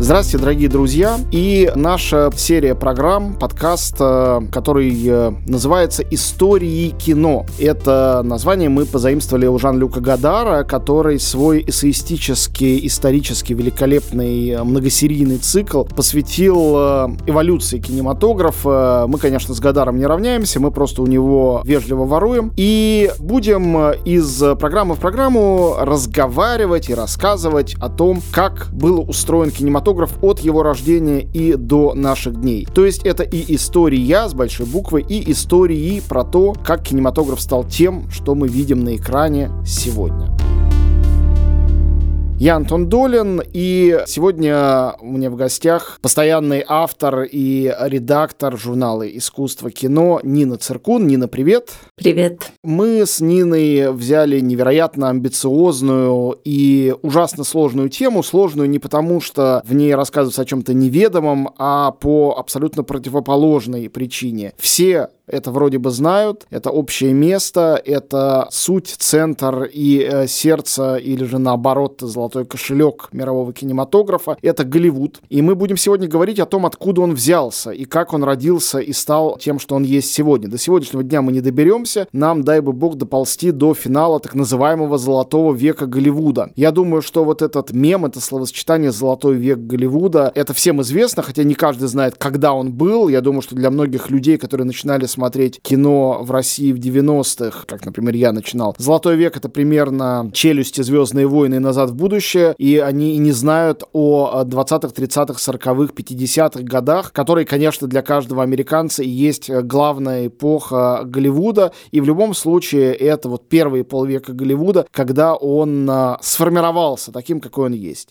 Здравствуйте, дорогие друзья. И наша серия программ, подкаст, который называется «Истории кино». Это название мы позаимствовали у Жан-Люка Годара, который свой эссеистический, исторически великолепный многосерийный цикл посвятил эволюции кинематографа. Мы, конечно, с Годдаром не равняемся, мы просто у него вежливо воруем. И будем из программы в программу разговаривать и рассказывать о том, как был устроен кинематограф от его рождения и до наших дней. То есть это и история с большой буквы, и истории про то, как кинематограф стал тем, что мы видим на экране сегодня. Я Антон Долин, и сегодня у меня в гостях постоянный автор и редактор журнала «Искусство кино» Нина Циркун. Нина, привет! Привет! Мы с Ниной взяли невероятно амбициозную и ужасно сложную тему. Сложную не потому, что в ней рассказывается о чем-то неведомом, а по абсолютно противоположной причине. Все это вроде бы знают, это общее место, это суть, центр и сердце, или же наоборот, золотой кошелек мирового кинематографа. Это Голливуд. И мы будем сегодня говорить о том, откуда он взялся и как он родился и стал тем, что он есть сегодня. До сегодняшнего дня мы не доберемся. Нам, дай бы бог, доползти до финала так называемого «Золотого века Голливуда». Я думаю, что вот этот мем, это словосочетание «Золотой век Голливуда», это всем известно, хотя не каждый знает, когда он был. Я думаю, что для многих людей, которые начинали смотреть кино в России в 90-х, как, например, я начинал. Золотой век — это примерно «Челюсти», «Звездные войны» и «Назад в будущее», и они и не знают о 20-х, 30-х, 40-х, 50-х годах, которые, конечно, для каждого американца и есть главная эпоха Голливуда, и в любом случае это вот первые полвека Голливуда, когда он сформировался таким, какой он есть.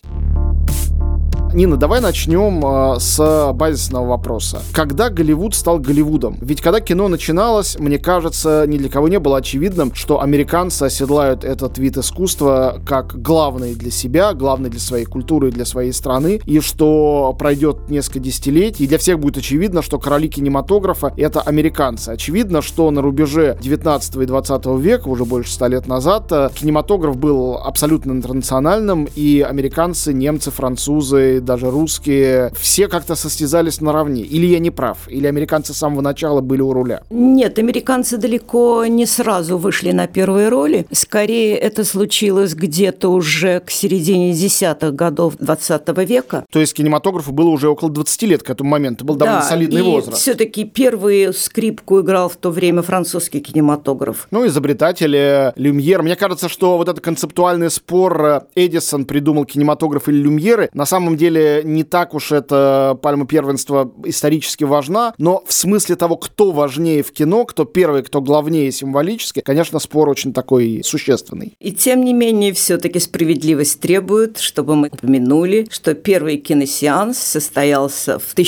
Нина, давай начнем с базисного вопроса. Когда Голливуд стал Голливудом? Ведь когда кино начиналось, мне кажется, ни для кого не было очевидным, что американцы оседлают этот вид искусства как главный для себя, главный для своей культуры и для своей страны, и что пройдет несколько десятилетий, и для всех будет очевидно, что короли кинематографа — это американцы. Очевидно, что на рубеже 19 и 20 века, уже больше 100 лет назад, кинематограф был абсолютно интернациональным, и американцы, немцы, французы, даже русские, все как-то состязались наравне. Или я не прав? Или американцы с самого начала были у руля? Нет, американцы далеко не сразу вышли на первые роли. Скорее, это случилось где-то уже к середине десятых годов 20 века. То есть кинематографу было уже около 20 лет к этому моменту. Это был довольно солидный возраст. Все-таки первую скрипку играл в то время французский кинематограф. Ну, изобретатели Люмьер. Мне кажется, что вот этот концептуальный спор Эдисон придумал кинематограф или Люмьеры, на самом деле не так уж эта пальма первенства исторически важна, но в смысле того, кто важнее в кино, кто первый, кто главнее символически, конечно, спор очень такой существенный. И тем не менее, все-таки справедливость требует, чтобы мы упомянули, что первый киносеанс состоялся в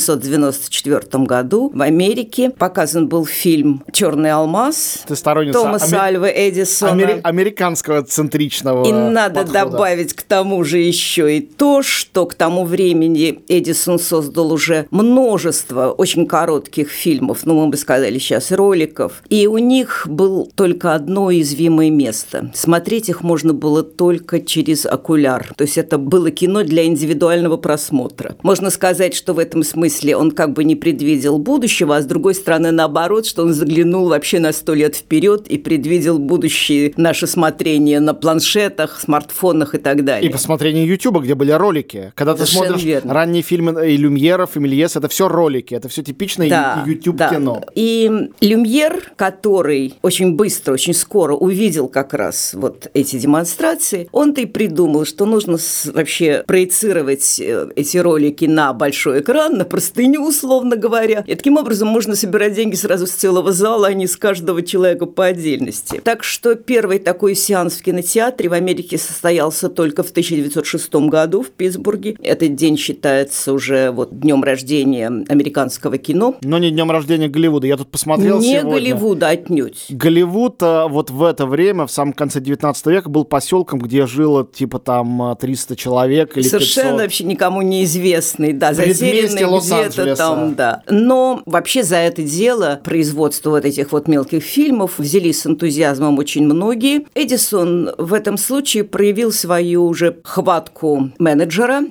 1894 году в Америке. Показан был фильм «Черный алмаз» Томаса Альвы Эдисона. Американского центричного И надо подхода. Добавить к тому же еще и то, что к тому времени Эдисон создал уже множество очень коротких фильмов, мы бы сказали сейчас роликов, и у них было только одно уязвимое место. Смотреть их можно было только через окуляр. То есть это было кино для индивидуального просмотра. Можно сказать, что в этом смысле он как бы не предвидел будущего, а с другой стороны, наоборот, что он заглянул вообще на 100 лет вперед и предвидел будущее наше смотрение на планшетах, смартфонах и так далее. И посмотрение Ютуба, где были ролики. Когда ты смотришь ранние фильмы и Люмьеров, и Мельес, это все ролики, это все типичное YouTube-кино. Да. И Люмьер, который очень быстро, очень скоро увидел как раз вот эти демонстрации, он-то и придумал, что нужно вообще проецировать эти ролики на большой экран, на простыню, условно говоря. И таким образом можно собирать деньги сразу с целого зала, а не с каждого человека по отдельности. Так что первый такой сеанс в кинотеатре в Америке состоялся только в 1906 году в Питтсбурге. Этот день считается уже вот днем рождения американского кино. Но не днем рождения Голливуда. Я тут посмотрел не сегодня. Голливуда отнюдь. Голливуд вот в это время, в самом конце 19 века, был поселком, где жило типа там 300 человек или совершенно 500. Вообще никому неизвестный, да, затерянный где-то там, да. Но вообще за это дело, производство вот этих вот мелких фильмов, взялись с энтузиазмом очень многие. Эдисон в этом случае проявил свою уже хватку менеджера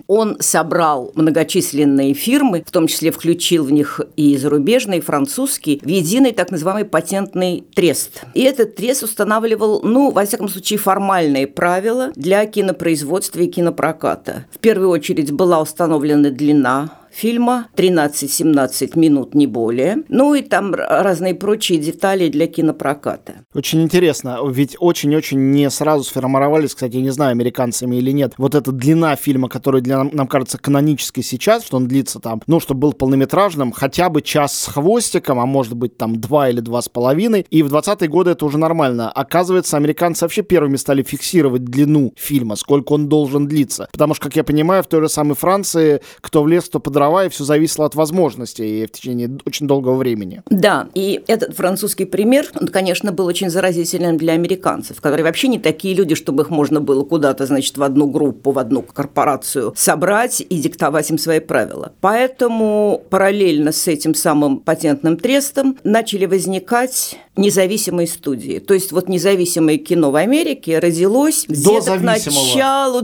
Он собрал многочисленные фирмы, в том числе включил в них и зарубежные, и французские, в единый так называемый патентный трест. И этот трест устанавливал, во всяком случае, формальные правила для кинопроизводства и кинопроката. В первую очередь была установлена длина фильма 13-17 минут, не более. И там разные прочие детали для кинопроката. Очень интересно, ведь очень-очень не сразу сформировались, кстати, я не знаю, американцами или нет, вот эта длина фильма, которая нам кажется канонической сейчас, что он длится там, чтобы был полнометражным, хотя бы час с хвостиком, а может быть там 2 или 2,5, и в 20-е годы это уже нормально. Оказывается, американцы вообще первыми стали фиксировать длину фильма, сколько он должен длиться. Потому что, как я понимаю, в той же самой Франции, кто в лес, кто по дрова, и все зависело от возможностей в течение очень долгого времени. Да, и этот французский пример, он, конечно, был очень заразительным для американцев, которые вообще не такие люди, чтобы их можно было куда-то, в одну группу, в одну корпорацию собрать и диктовать им свои правила. Поэтому параллельно с этим самым патентным трестом начали возникать независимые студии. То есть независимое кино в Америке родилось где-то к началу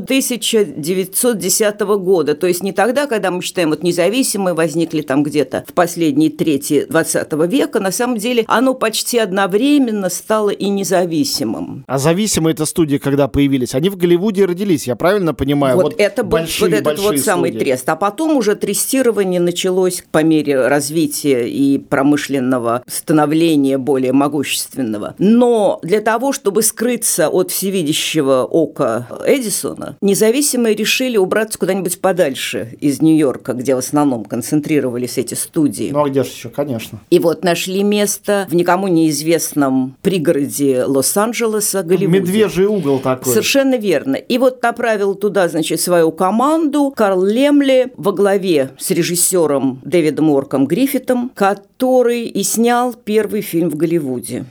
1910 года. То есть не тогда, когда мы считаем, независимые возникли там где-то в последней трети 20 века. На самом деле оно почти одновременно стало и независимым. А зависимые это студии, когда появились? Они в Голливуде родились, я правильно понимаю? Это был этот самый трест. А потом уже трестирование началось по мере развития и промышленного становления более могущественного. Но для того, чтобы скрыться от всевидящего ока Эдисона, независимые решили убраться куда-нибудь подальше из Нью-Йорка, где в основном концентрировались эти студии. А где же еще, конечно. И нашли место в никому неизвестном пригороде Лос-Анджелеса, Голливуде. Медвежий угол такой. Совершенно верно. И направил туда, свою команду Карл Лемли во главе с режиссером Дэвидом Уорком Гриффитом, который и снял первый фильм в Голливуде.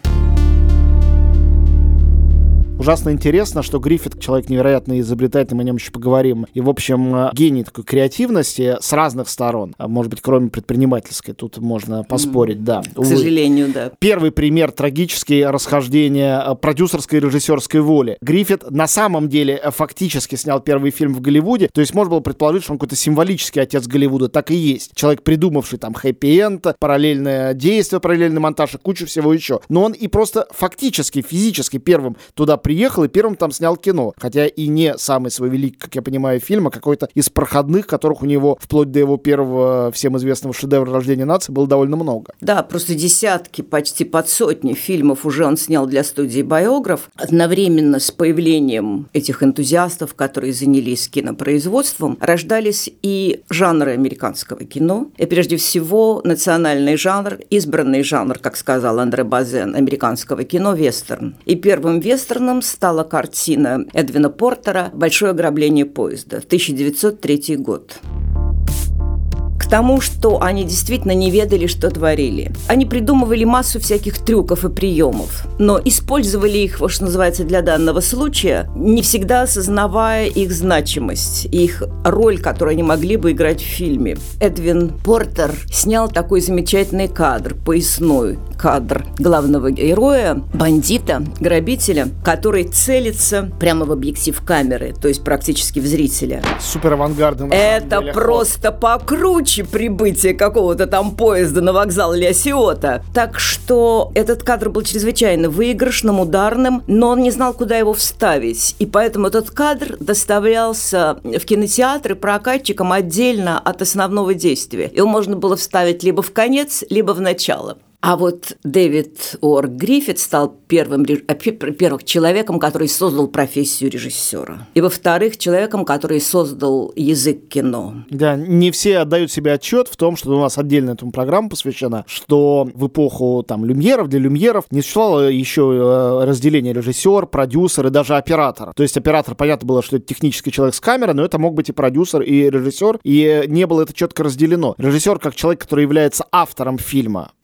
Ужасно интересно, что Гриффит человек невероятно изобретательный, мы о нем еще поговорим. И, в общем, гений такой креативности с разных сторон. Может быть, кроме предпринимательской. Тут можно поспорить, да. К сожалению, да. Первый пример трагические расхождения продюсерской и режиссерской воли. Гриффит на самом деле фактически снял первый фильм в Голливуде. То есть можно было предположить, что он какой-то символический отец Голливуда. Так и есть. Человек, придумавший там хэппи-энд, параллельное действие, параллельный монтаж и кучу всего еще. Но он и просто фактически, физически первым туда приехал и первым там снял кино. Хотя и не самый свой великий, как я понимаю, фильм, а какой-то из проходных, которых у него вплоть до его первого всем известного шедевра «Рождение нации» было довольно много. Да, просто десятки, почти под сотни фильмов уже он снял для студии «Биограф». Одновременно с появлением этих энтузиастов, которые занялись кинопроизводством, рождались и жанры американского кино. И прежде всего национальный жанр, избранный жанр, как сказал Андре Базен, американского кино – вестерн. И первым вестерном стала картина Эдвина Портера «Большое ограбление поезда», 1903 год. К тому, что они действительно не ведали, что творили. Они придумывали массу всяких трюков и приемов, но использовали их, что называется, для данного случая, не всегда осознавая их значимость, их роль, которую они могли бы играть в фильме. Эдвин Портер снял такой замечательный кадр, поясной кадр главного героя, бандита, грабителя, который целится прямо в объектив камеры, то есть практически в зрителя. Супер авангардно. Это просто покруче прибытия какого-то там поезда на вокзал Ля Сиота. Так что этот кадр был чрезвычайно выигрышным, ударным, но он не знал, куда его вставить. И поэтому этот кадр доставлялся в кинотеатры прокатчикам отдельно от основного действия. Его можно было вставить либо в конец, либо в начало. А вот Дэвид Уорк Гриффит стал первым человеком, который создал профессию режиссера. И, во-вторых, человеком, который создал язык кино. Да, не все отдают себе отчет в том, что у нас отдельно этому программа посвящена, что в эпоху там люмьеров, для люмьеров не существовало еще разделения режиссер, продюсер и даже оператор. То есть оператор, понятно было, что это технический человек с камерой, но это мог быть и продюсер, и режиссер, и не было это четко разделено. Режиссер как человек, который является автором фильма, прежде всего,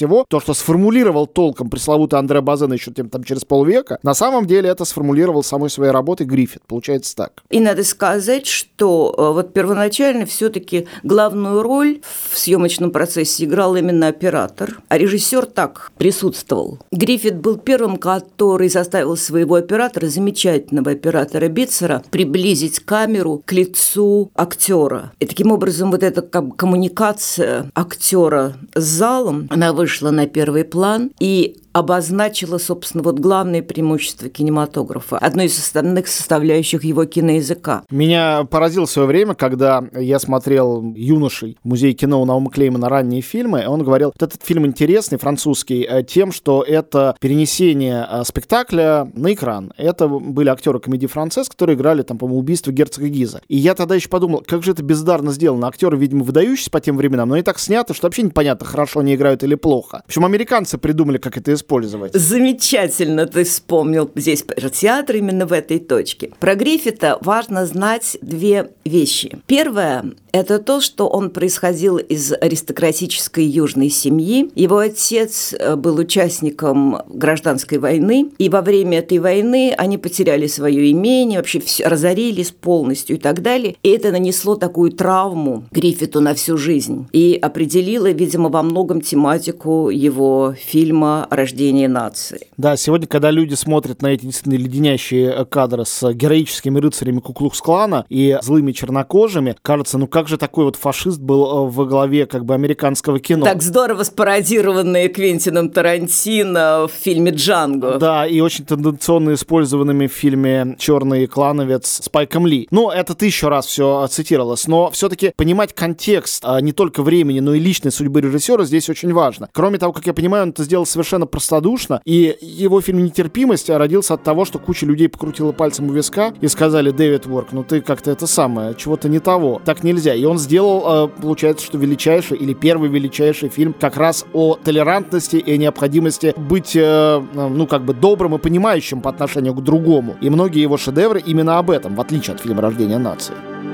всего, то, что сформулировал толком пресловутый Андре Базен еще там через полвека, на самом деле это сформулировал самой своей работой Гриффит. Получается так. И надо сказать, что вот первоначально все-таки главную роль в съемочном процессе играл именно оператор, а режиссер так присутствовал. Гриффит был первым, который заставил своего оператора, замечательного оператора Битцера, приблизить камеру к лицу актера. И таким образом вот эта коммуникация актера с залом, она вышла на первый план и обозначила, собственно, вот главное преимущество кинематографа, одно из основных составляющих его киноязыка. Меня поразило в свое время, когда я смотрел юношей в музее кино у Наума Клеймана ранние фильмы, он говорил, вот этот фильм интересный, французский, тем, что это перенесение спектакля на экран. Это были актеры комедии «Францесс», которые играли, там, по-моему, «Убийство герцога Гиза». И я тогда еще подумал, как же это бездарно сделано. Актеры, видимо, выдающиеся по тем временам, но они так сняты, что вообще непонятно, хорошо они играют или плохо. В общем, американцы придумали, как это использовать. Замечательно ты вспомнил здесь про театр именно в этой точке. Про Гриффита важно знать две вещи. Первое – это то, что он происходил из аристократической южной семьи. Его отец был участником гражданской войны, и во время этой войны они потеряли свое имение, вообще разорились полностью и так далее. И это нанесло такую травму Гриффиту на всю жизнь и определило, видимо, во многом тематику его фильма «Рождение нации». Да, сегодня, когда люди смотрят на эти действительно леденящие кадры с героическими рыцарями Ку-Клукс-клана и злыми чернокожими, кажется, ну как же такой вот фашист был во главе как бы американского кино. Так здорово спародированные Квентином Тарантино в фильме «Джанго». Да, и очень тенденционно использованными в фильме «Черный клановец» Спайком Ли. Ну, это тысячу раз все цитировалось, но все-таки понимать контекст не только времени, но и личной судьбы режиссера здесь очень важно. Кроме того, как я понимаю, он это сделал совершенно простодушно, и его фильм «Нетерпимость» родился от того, что куча людей покрутила пальцем у виска и сказали: «Дэвид Уорк, ну ты как-то это самое, чего-то не того, так нельзя». И он сделал, получается, что величайший или первый величайший фильм как раз о толерантности и необходимости быть, ну, как бы добрым и понимающим по отношению к другому. И многие его шедевры именно об этом, в отличие от фильма «Рождение нации».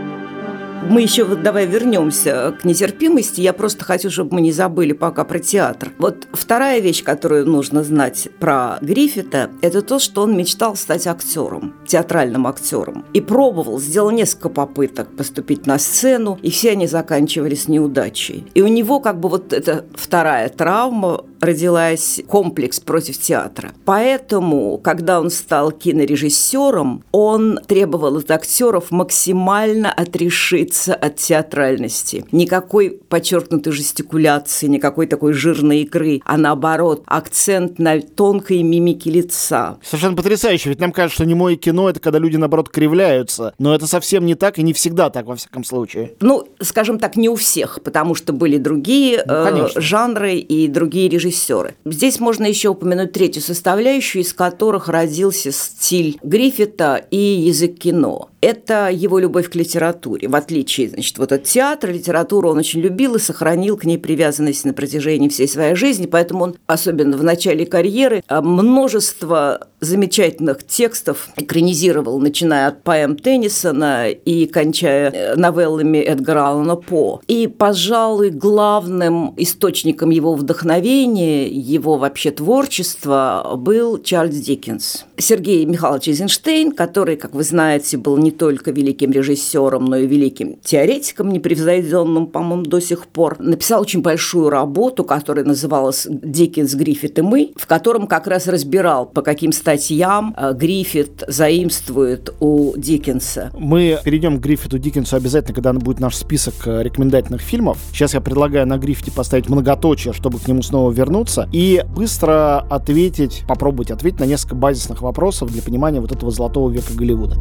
Мы еще вот давай вернемся к нетерпимости. Я просто хочу, чтобы мы не забыли пока про театр. Вот вторая вещь, которую нужно знать про Гриффита, это то, что он мечтал стать актером, театральным актером. И пробовал, сделал несколько попыток поступить на сцену, и все они заканчивались неудачей. И у него как бы вот эта вторая травма родилась, комплекс против театра. Поэтому, когда он стал кинорежиссером, он требовал от актеров максимально отрешиться от театральности. Никакой подчеркнутой жестикуляции, никакой такой жирной игры, а наоборот, акцент на тонкой мимике лица. Совершенно потрясающе, ведь нам кажется, что немое кино — это когда люди, наоборот, кривляются. Но это совсем не так и не всегда так, во всяком случае. Ну, скажем так, не у всех, потому что были другие жанры и другие режиссеры. Здесь можно еще упомянуть третью составляющую, из которых родился стиль Гриффита и язык кино. Это его любовь к литературе. В отличие, значит, вот от театра, литературу он очень любил и сохранил к ней привязанность на протяжении всей своей жизни, поэтому он, особенно в начале карьеры, множество замечательных текстов экранизировал, начиная от поэм Теннисона и кончая новеллами Эдгара Аллана По. И, пожалуй, главным источником его вдохновения, его вообще творчества был Чарльз Диккенс. Сергей Михайлович Эйзенштейн, который, как вы знаете, был не только великим режиссером, но и великим теоретиком, непревзойденным, по-моему, до сих пор, написал очень большую работу, которая называлась «Диккенс, Гриффит и мы», в котором как раз разбирал, по каким статьям Гриффит заимствует у Диккенса. Мы перейдем к Гриффиту Диккенсу обязательно, когда будет наш список рекомендательных фильмов. Сейчас я предлагаю на Гриффите поставить многоточие, чтобы к нему снова вернуться, и быстро попробовать ответить на несколько базисных вопросов для понимания вот этого золотого века Голливуда.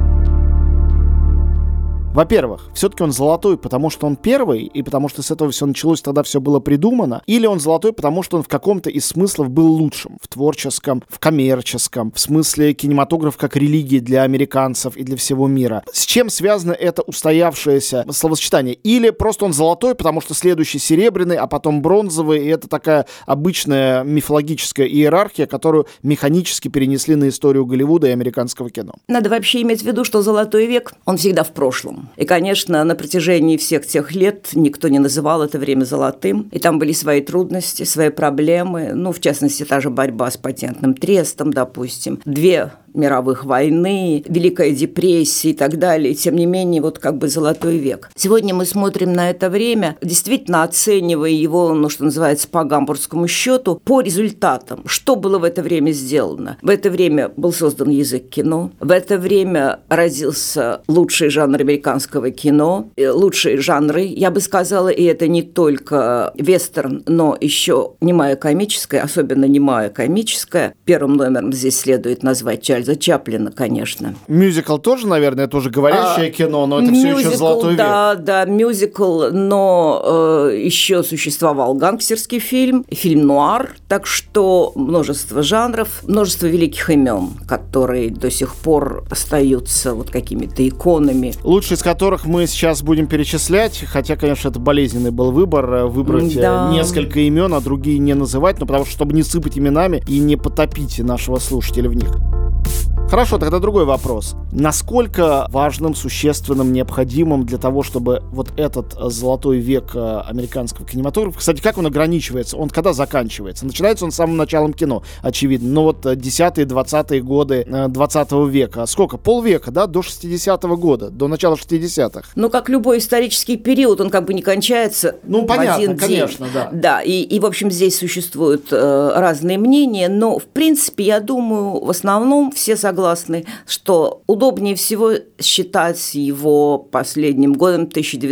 Во-первых, все-таки он золотой, потому что он первый, и потому что с этого все началось, тогда все было придумано, или он золотой, потому что он в каком-то из смыслов был лучшим, в творческом, в коммерческом, в смысле кинематограф как религии для американцев и для всего мира. С чем связано это устоявшееся словосочетание? Или просто он золотой, потому что следующий серебряный, а потом бронзовый, и это такая обычная мифологическая иерархия, которую механически перенесли на историю Голливуда и американского кино? Надо вообще иметь в виду, что золотой век, он всегда в прошлом. золотым. И, конечно, на протяжении всех тех лет никто не называл это время золотым. И там были свои трудности, свои проблемы. В частности, та же борьба с патентным трестом, допустим. 2 мировых войны, Великая депрессия и так далее. И, тем не менее, золотой век. Сегодня мы смотрим на это время, действительно оценивая его, что называется, по гамбургскому счету, по результатам. Что было в это время сделано? В это время был создан язык кино. В это время родился лучший жанр американского кино, лучшие жанры, я бы сказала, и это не только вестерн, но еще немая комическая, особенно немая комическая. Первым номером здесь следует назвать Чарльза Чаплина, конечно. Мюзикл тоже, наверное, это уже говорящее кино, но это все еще золотой век. Да, мюзикл, но еще существовал гангстерский фильм нуар, так что множество жанров, множество великих имен, которые до сих пор остаются какими-то иконами. Лучшие из которых мы сейчас будем перечислять, хотя, конечно, это болезненный был выбор, выбрать несколько имен, а другие не называть, потому что, чтобы не сыпать именами и не потопить нашего слушателя в них. Хорошо, тогда другой вопрос. Насколько важным, существенным, необходимым для того, чтобы этот золотой век американского кинематографа, кстати, как он ограничивается? Он когда заканчивается? Начинается он с самым началом кино, очевидно. Но 10-е, 20-е годы 20 века. Сколько? Полвека, да? До 60-го года, до начала 60-х. Как любой исторический период, он не кончается понятно, в один конечно, день. Да. Да, и, в общем, здесь существуют разные мнения, но, в принципе, я думаю, в основном все согласны, что удобнее всего считать его последним годом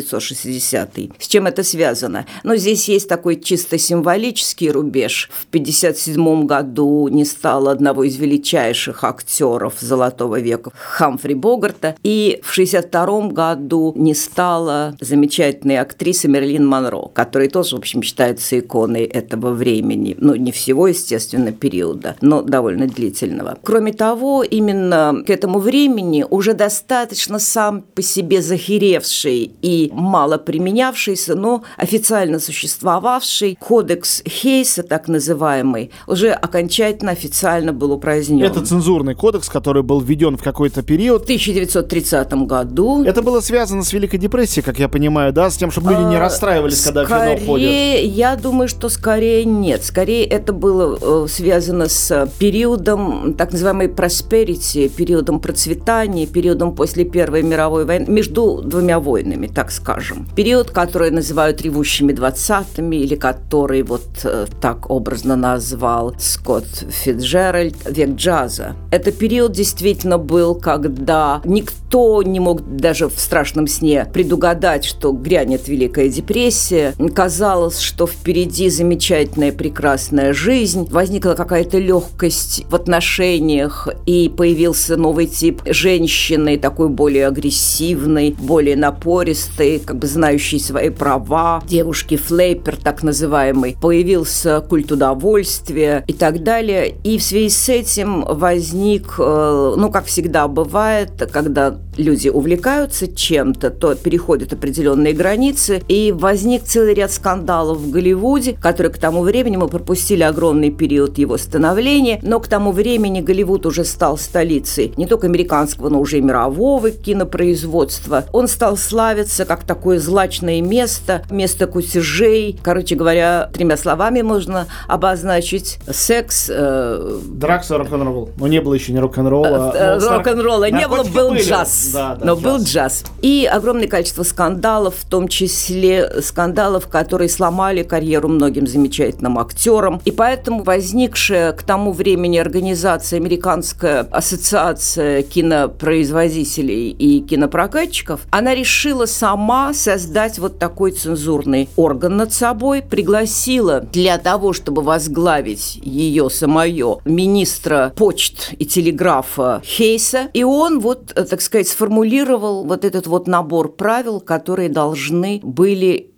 1960-й. С чем это связано? Здесь есть такой чисто символический рубеж. В 1957 году не стало одного из величайших актеров Золотого века Хамфри Богарта, и в 1962 году не стала замечательной актрисы Мэрилин Монро, которая тоже, в общем, считается иконой этого времени. Не всего, естественно, периода, но довольно длительного. Кроме того, именно к этому времени уже достаточно сам по себе захеревший и мало применявшийся, но официально существовавший кодекс Хейса, так называемый, уже окончательно официально был упразднен. Это цензурный кодекс, который был введен в какой-то период. В 1930 году. Это было связано с Великой депрессией, как я понимаю, да? С тем, чтобы люди не расстраивались, когда в кино ходят. Я думаю, что скорее нет. Скорее это было связано с периодом так называемой prosperity, периодом процветания, периодом после Первой мировой войны, между 2 войнами, так скажем. Период, который называют ревущими 20-ми, или который так образно назвал Скотт Фицджеральд век джаза. Это период действительно был, когда никто не мог даже в страшном сне предугадать, что грянет Великая депрессия. Казалось, что впереди замечательная, прекрасная жизнь. Возникла какая-то легкость в отношениях, и появился новый тип женщины, такой более агрессивной, более напористой, знающей свои права, девушки флейпер, так называемый. Появился культ удовольствия и так далее. И в связи с этим возник, как всегда бывает, когда люди увлекаются чем-то, то переходят определенные границы, и возник целый ряд скандалов в Голливуде, которые к тому времени мы пропустили огромный период его становления, но к тому времени Голливуд уже стал столицей не только американского, но уже и мирового кинопроизводства. Он стал славиться как такое злачное место кутежей. Короче говоря, 3 словами можно обозначить: секс, дракс, рок-н-ролл. Но не было еще ни рок-н-ролла. Рок-н-ролла не было, был были. джаз. Но был джаз. И огромное количество скандалов, в том числе скандалов, которые сломали карьеру многим замечательным актерам. И поэтому возникшая к тому времени организация, Американская ассоциация кинопроизводителей и кинопрокатчиков, она решила сама создать такой цензурный орган над собой, пригласила для того, чтобы возглавить ее самое, министра почт и телеграфа Хейса, и он так сказать, сформулировал этот набор правил, которые должны были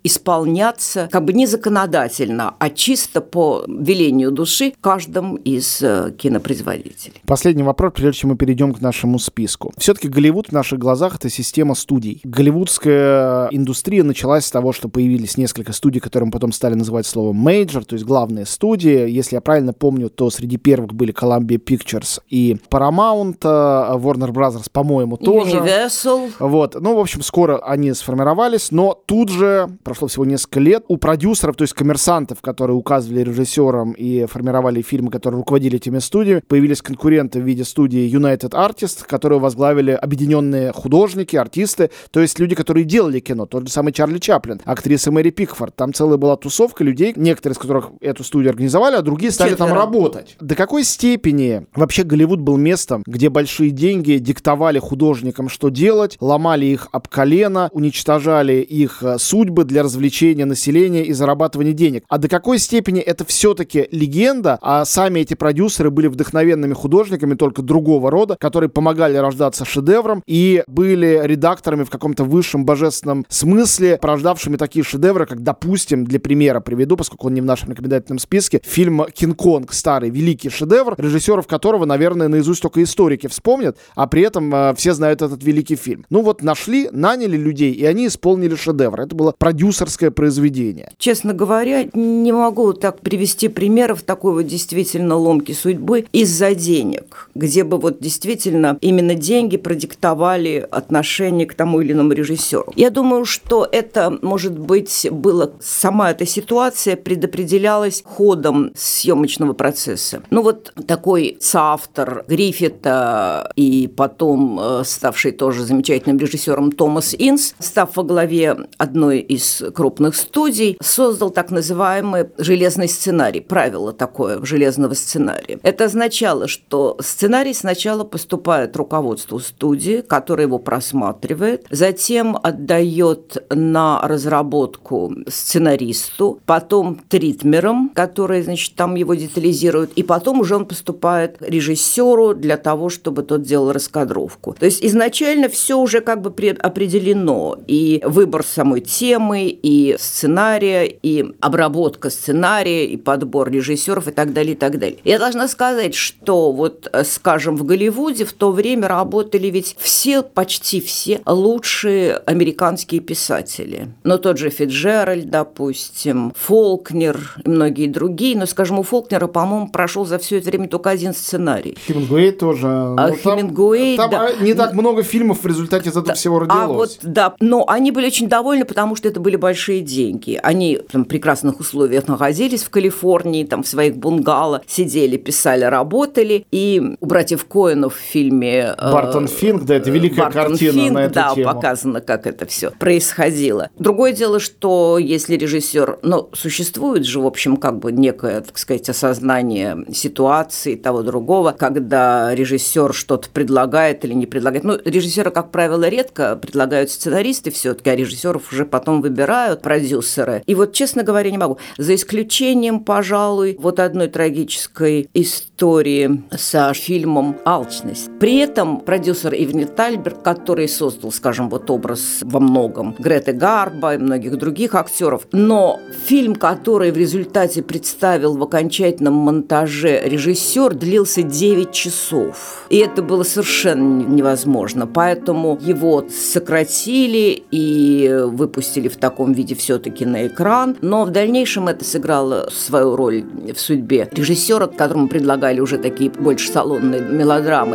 исполняться как бы не законодательно, а чисто по велению души каждым из кинопроизводителей. Последний вопрос, прежде чем мы перейдем к нашему списку. Все-таки Голливуд в наших глазах — это система студий. Голливудская индустрия началась с того, что появились несколько студий, которые мы потом стали называть словом major, то есть главные студии. Если я правильно помню, то среди первых были Columbia Pictures и Paramount, Warner Brothers, по-моему, тоже. Universal. Вот. Ну, в общем, скоро они сформировались, но тут же, прошло всего несколько лет, у продюсеров, то есть коммерсантов, которые указывали режиссерам и формировали фильмы, которые руководили этими студиями, появились конкуренты в виде студии United Artists, которые возглавили объединенные художники, артисты, то есть люди, которые делали кино. Тот же самый Чарли Чаплин, актриса Мэри Пикфорд. Там целая была тусовка людей, некоторые из которых эту студию организовали, а другие стали там работать. До какой степени вообще Голливуд был местом, где большие деньги диктовали художникам, что делать, ломали их об колено, уничтожали их судьбы для развлечения населения и зарабатывания денег? А до какой степени это все-таки легенда, а сами эти продюсеры были вдохновенными художниками только другого рода, которые помогали рождаться шедеврам и были редакторами в каком-то высшем божественном смысле, порождавшими такие шедевры, как, допустим, для примера приведу, поскольку он не в нашем рекомендательном списке, фильм «Кинг-Конг», старый, великий шедевр, режиссеров которого, наверное, наизусть только историки вспомнят, а при этом все знают этот великий фильм. Ну вот нашли, наняли людей, и они исполнили шедевр. Это было продюсерское произведение. Честно говоря, не могу так привести примеров такой вот действительно ломки судьбы из-за денег, где бы вот действительно именно деньги продиктовали отношение к тому или иному режиссеру. Я думаю, что это, может быть, было, сама эта ситуация предопределялась ходом съемочного процесса. Ну вот такой соавтор Гриффита и потом ставший тоже замечательным режиссером Томас Инс, став во главе одной из крупных студий, создал так называемый железный сценарий, правило такое железного сценария. Это означало, что сценарий сначала поступает руководству студии, которое его просматривает, затем отдает на разработку сценаристу, потом тритмерам, которые, значит, там его детализируют, и потом уже он поступает режиссеру для того, чтобы тот делал раскадровку. То есть изначально все уже как бы определено, и выбор самой темы, и сценария, и обработка сценария, и подбор режиссеров, и так далее, и так далее. Я должна сказать, что вот, скажем, в Голливуде в то время работали ведь все, почти все лучшие американские писатели. Но тот же Фицджеральд, допустим, Фолкнер и многие другие. Но, скажем, у Фолкнера, по-моему, прошел за все это время только один сценарий. Хемингуэй тоже. Хемингуэй, там да. не так много фильмов в результате из этого всего родилось. А вот, да, но они были очень довольны, потому что это были большие деньги. Они там, в прекрасных условиях находились в Калифорнии, там в своих бунгало сидели, писали, работали. И у братьев Коэнов в фильме Бартон Финк, да, это великая картина Финк, на эту да, тему. показано, как это все происходило. Другое дело, что если режиссер, существует же, в общем, как бы некое, так сказать, осознание ситуации, того другого, когда режиссер что-то предлагает или не предлагает. Режиссера, как правило, редко предлагают сценаристы все-таки, а режиссеров уже потом выбирают продюсеры. И вот, честно говоря, не могу. За исключением, пожалуй, вот одной трагической истории со фильмом «Алчность». При этом продюсер Ивни Тальберг, который создал, скажем, вот образ во многом Греты Гарбо и многих других актеров, но фильм, который в результате представил в окончательном монтаже режиссер, длился 9 часов. И это было совершенно невозможно. Поэтому его сократили и выпустили в таком виде все-таки на экран. Но в дальнейшем это сыграло свою роль в судьбе режиссера, которому предлагали уже такие больше салонные мелодрамы.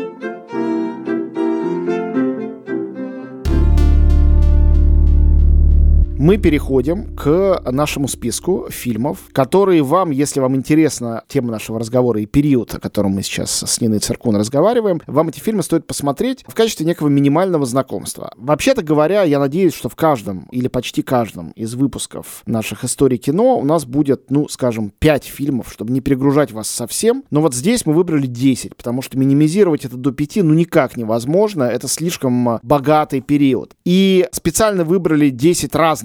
Мы переходим к нашему списку фильмов, которые вам, если вам интересна тема нашего разговора и период, о котором мы сейчас с Ниной Циркун разговариваем, вам эти фильмы стоит посмотреть в качестве некого минимального знакомства. Вообще-то говоря, я надеюсь, что в каждом или почти каждом из выпусков наших историй кино у нас будет, скажем, 5 фильмов, чтобы не перегружать вас совсем. Но вот здесь мы выбрали 10, потому что минимизировать это до 5 никак невозможно. Это слишком богатый период. И специально выбрали 10 разных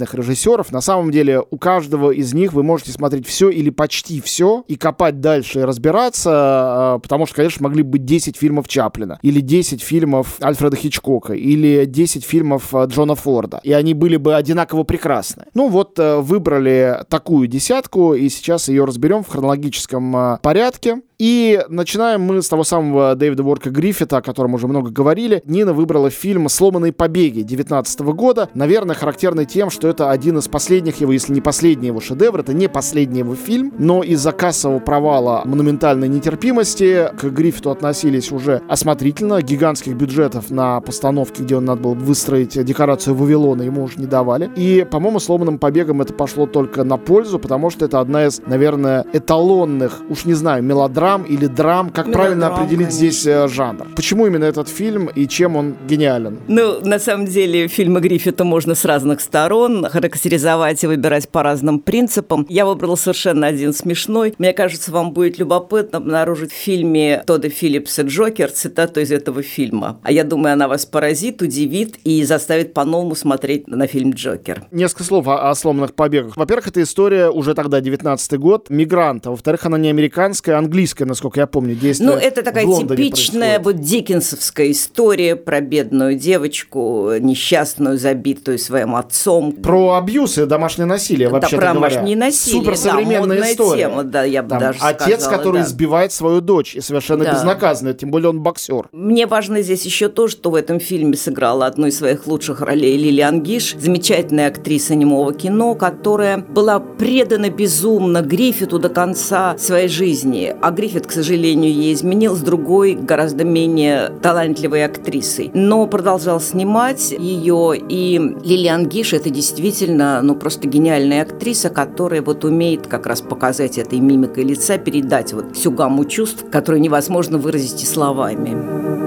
гениальных режиссеров. На самом деле у каждого из них вы можете смотреть все или почти все и копать дальше и разбираться, потому что, конечно, могли бы быть 10 фильмов Чаплина, или 10 фильмов Альфреда Хичкока, или 10 фильмов Джона Форда, и они были бы одинаково прекрасны. Ну вот, выбрали такую десятку, и сейчас ее разберем в хронологическом порядке. И начинаем мы с того самого Дэвида Уорка Гриффита, о котором уже много говорили. Нина выбрала фильм «Сломанные побеги» 19 года. Наверное, характерный тем, что это один из последних его, если не последний его шедевр. Это не последний его фильм, но из-за кассового провала «Монументальной нетерпимости» к Гриффиту относились уже осмотрительно. Гигантских бюджетов на постановке, где он надо было выстроить декорацию Вавилона, ему уже не давали. И, по-моему, «Сломанным побегам» это пошло только на пользу, потому что это одна из, наверное, эталонных, уж не знаю, мелодрам или драм, как правильно определить здесь жанр. Почему именно этот фильм и чем он гениален? Ну, на самом деле, фильмы Гриффита можно с разных сторон характеризовать и выбирать по разным принципам. Я выбрала совершенно один смешной. Мне кажется, вам будет любопытно обнаружить в фильме Тодда Филлипса «Джокер» цитату из этого фильма. А я думаю, она вас поразит, удивит и заставит по-новому смотреть на фильм «Джокер». Несколько слов о «Сломанных побегах». Во-первых, это история уже тогда, 19-й год, мигранта. Во-вторых, она не американская, а английская, насколько я помню, действие. Ну, это такая типичная вот диккенсовская история про бедную девочку, несчастную, забитую своим отцом. Про абьюз и домашнее насилие, вообще-то говоря. Про домашнее насилие, суперсовременная история. Тема, да, я бы там даже отец, сказала, который да. избивает свою дочь, и совершенно безнаказанно, тем более он боксер. Мне важно здесь еще то, что в этом фильме сыграла одну из своих лучших ролей Лилиан Гиш, замечательная актриса немого кино, которая была предана безумно Гриффиту до конца своей жизни. А Гриффит, к сожалению, ей изменил с другой, гораздо менее талантливой актрисой. Но продолжал снимать ее, и Лилиан Гиш — это действительно, просто гениальная актриса, которая вот умеет как раз показать этой мимикой лица, передать вот всю гамму чувств, которую невозможно выразить и словами.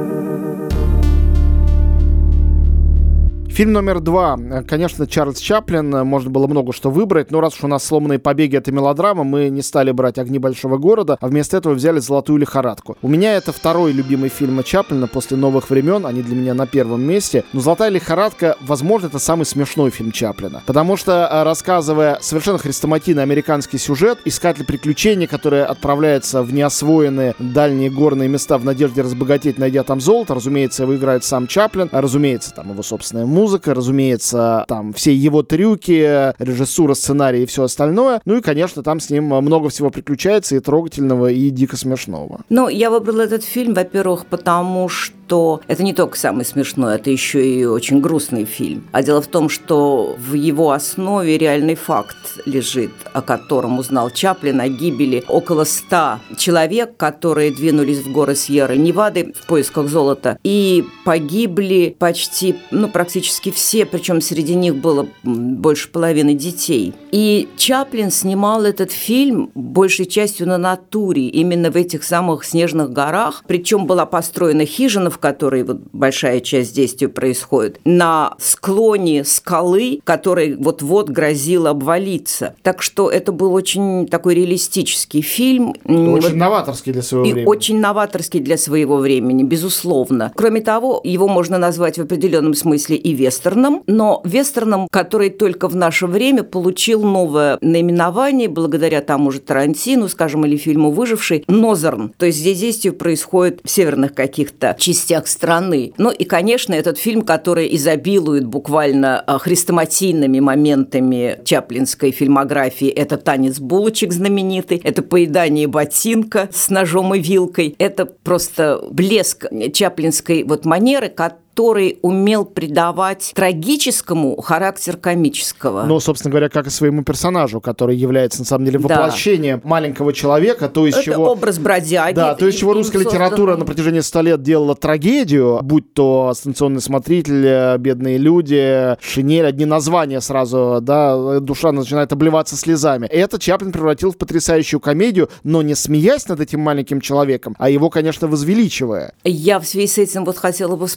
Фильм номер 2. Конечно, Чарльз Чаплин. Можно было много что выбрать, но раз уж у нас «Сломанные побеги» — это мелодрама, мы не стали брать «Огни большого города», а вместо этого взяли «Золотую лихорадку». У меня это второй любимый фильм Чаплина после «Новых времен». Они для меня на первом месте. Но «Золотая лихорадка», возможно, это самый смешной фильм Чаплина. Потому что, рассказывая совершенно хрестоматийный американский сюжет, искатель приключений, который отправляется в неосвоенные дальние горные места в надежде разбогатеть, найдя там золото, разумеется, его играет сам Чаплин, разумеется, там его собственная музыка, разумеется, там все его трюки, режиссура, сценарий и все остальное. Ну и, конечно, там с ним много всего приключается, и трогательного, и дико смешного. Ну, я выбрала этот фильм, во-первых, потому что это не только самый смешной, это еще и очень грустный фильм. А дело в том, что в его основе реальный факт лежит, о котором узнал Чаплин, о гибели около 100 человек, которые двинулись в горы Сьерра-Невады в поисках золота, и погибли почти, практически все, причем среди них было больше половины детей. И Чаплин снимал этот фильм большей частью на натуре, именно в этих самых снежных горах. Причем была построена хижина, в которой вот большая часть действия происходит, на склоне скалы, которой вот-вот грозило обвалиться. Так что это был очень такой реалистический фильм. Очень новаторский для своего времени. Очень новаторский для своего времени, безусловно. Кроме того, его можно назвать в определенном смысле и вестерном, но вестерном, который только в наше время получил новое наименование благодаря тому же Тарантину, скажем, или фильму «Выживший», «Нозерн». То есть здесь действие происходит в северных каких-то частях страны. Ну и, конечно, этот фильм, который изобилует буквально хрестоматийными моментами чаплинской фильмографии, это «Танец булочек» знаменитый, это «Поедание ботинка» с ножом и вилкой, это просто блеск чаплинской манеры, который умел придавать трагическому характер комического. Ну, собственно говоря, как и своему персонажу, который является, на самом деле, воплощением маленького человека, то есть это образ бродяги. Да, то есть чего русская литература на протяжении 100 лет делала трагедию, будь то «Станционный смотритель», «Бедные люди», «Шинель», одни названия сразу, да, душа начинает обливаться слезами. Это Чаплин превратил в потрясающую комедию, но не смеясь над этим маленьким человеком, а его, конечно, возвеличивая. Я в связи с этим хотела бы вспомнить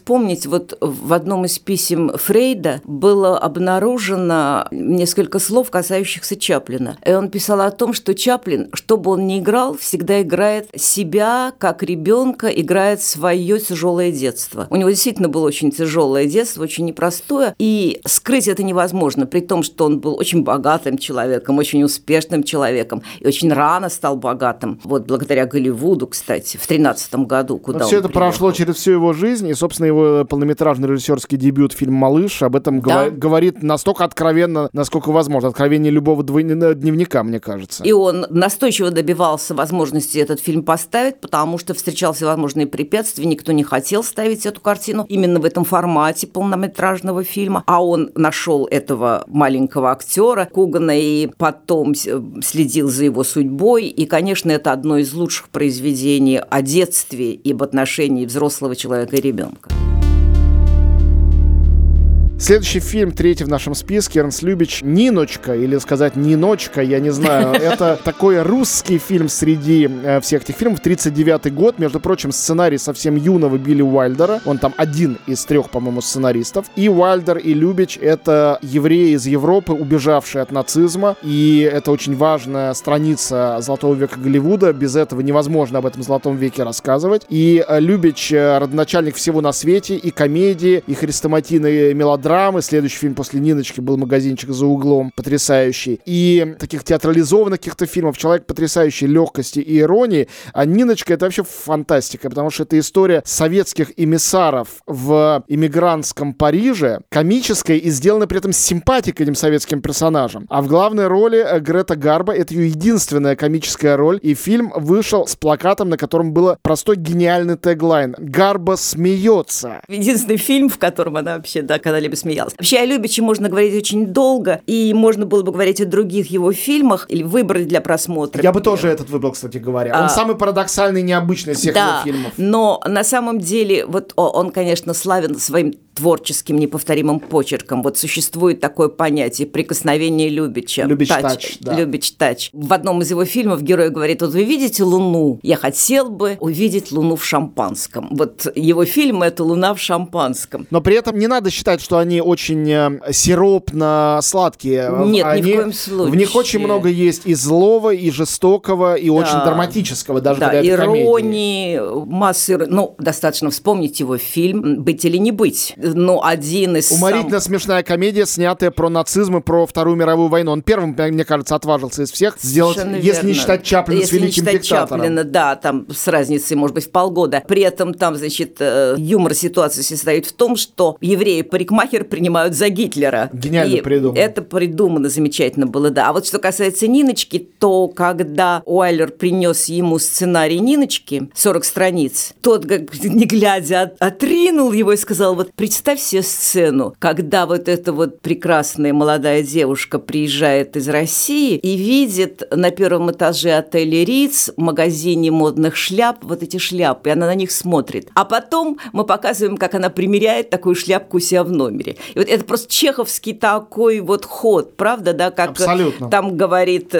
вот в одном из писем Фрейда было обнаружено несколько слов, касающихся Чаплина. И он писал о том, что Чаплин, что бы он ни играл, всегда играет себя, как ребенка, играет свое тяжелое детство. У него действительно было очень тяжелое детство, очень непростое, и скрыть это невозможно, при том, что он был очень богатым человеком, очень успешным человеком, и очень рано стал богатым. Вот благодаря Голливуду, кстати, в 13 году, куда он все это приехал. прошло через всю его жизнь, и, собственно, его полнометражный режиссерский дебют, фильм «Малыш», об этом говорит настолько откровенно, насколько возможно. Откровение любого дневника, мне кажется. И он настойчиво добивался возможности этот фильм поставить, потому что встречал всевозможные препятствия, никто не хотел ставить эту картину именно в этом формате полнометражного фильма, а он нашел этого маленького актера Кугана и потом следил за его судьбой, и, конечно, это одно из лучших произведений о детстве и об отношении взрослого человека и ребенка. Следующий фильм, третий в нашем списке, Эрнст Любич, «Ниночка», или сказать «Ниночка», я не знаю. Это такой русский фильм среди всех этих фильмов. 1939 год, между прочим, сценарий совсем юного Билли Уайлдера. Он там один из 3, по-моему, сценаристов. И Уайлдер, и Любич — это евреи из Европы, убежавшие от нацизма. И это очень важная страница Золотого века Голливуда. Без этого невозможно об этом Золотом веке рассказывать. И Любич — родоначальник всего на свете, и комедии, и хрестоматийные мелодрамы. Следующий фильм после «Ниночки» был «Магазинчик за углом», потрясающий. И таких театрализованных каких-то фильмов «Человек потрясающей легкости и иронии». А «Ниночка» — это вообще фантастика, потому что это история советских эмиссаров в иммигрантском Париже, комическая и сделана при этом с симпатией к этим советским персонажам. А в главной роли Грета Гарбо. Это ее единственная комическая роль. И фильм вышел с плакатом, на котором было простой гениальный теглайн: «Гарбо смеется». Единственный фильм, в котором она вообще, когда-либо смеялась. Вообще о Любиче можно говорить очень долго, и можно было бы говорить о других его фильмах или выбрать для просмотра. Я бы тоже этот выбрал, кстати говоря. Он самый парадоксальный и необычный из всех его фильмов. Но на самом деле вот он, конечно, славен своим творческим неповторимым почерком. Вот существует такое понятие «прикосновение Любича». Любич-тач, да. Любич-тач. В одном из его фильмов герой говорит: вот вы видите Луну? Я хотел бы увидеть Луну в шампанском. Вот его фильм — это «Луна в шампанском». Но при этом не надо считать, что они очень сиропно-сладкие. Нет, ни в коем случае. В них очень много есть и злого, и жестокого, и очень драматического, даже когда это комедия. Иронии, массы... Ну, достаточно вспомнить его фильм «Быть или не быть». Ну, один из... Уморительно смешная комедия, снятая про нацизм и про Вторую мировую войну. Он первым, мне кажется, отважился из всех сделать, совершенно если верно. не считать Чаплина с великим диктатором. Если не считать Чаплина, да, там с разницей, может быть, в полгода. При этом там, значит, юмор ситуации состоит в том, что евреи-парикмахер принимают за Гитлера. Гениально придумано. Это придумано замечательно было, да. А вот что касается Ниночки, то когда Уайлер принес ему сценарий Ниночки, 40 страниц, тот, не глядя, отринул его и сказал: вот представь себе сцену, когда вот эта вот прекрасная молодая девушка приезжает из России и видит на первом этаже отеля «Риц» в магазине модных шляп вот эти шляпы, и она на них смотрит. А потом мы показываем, как она примеряет такую шляпку у себя в номере. И вот это просто чеховский такой вот ход, правда, да, как абсолютно. Там говорит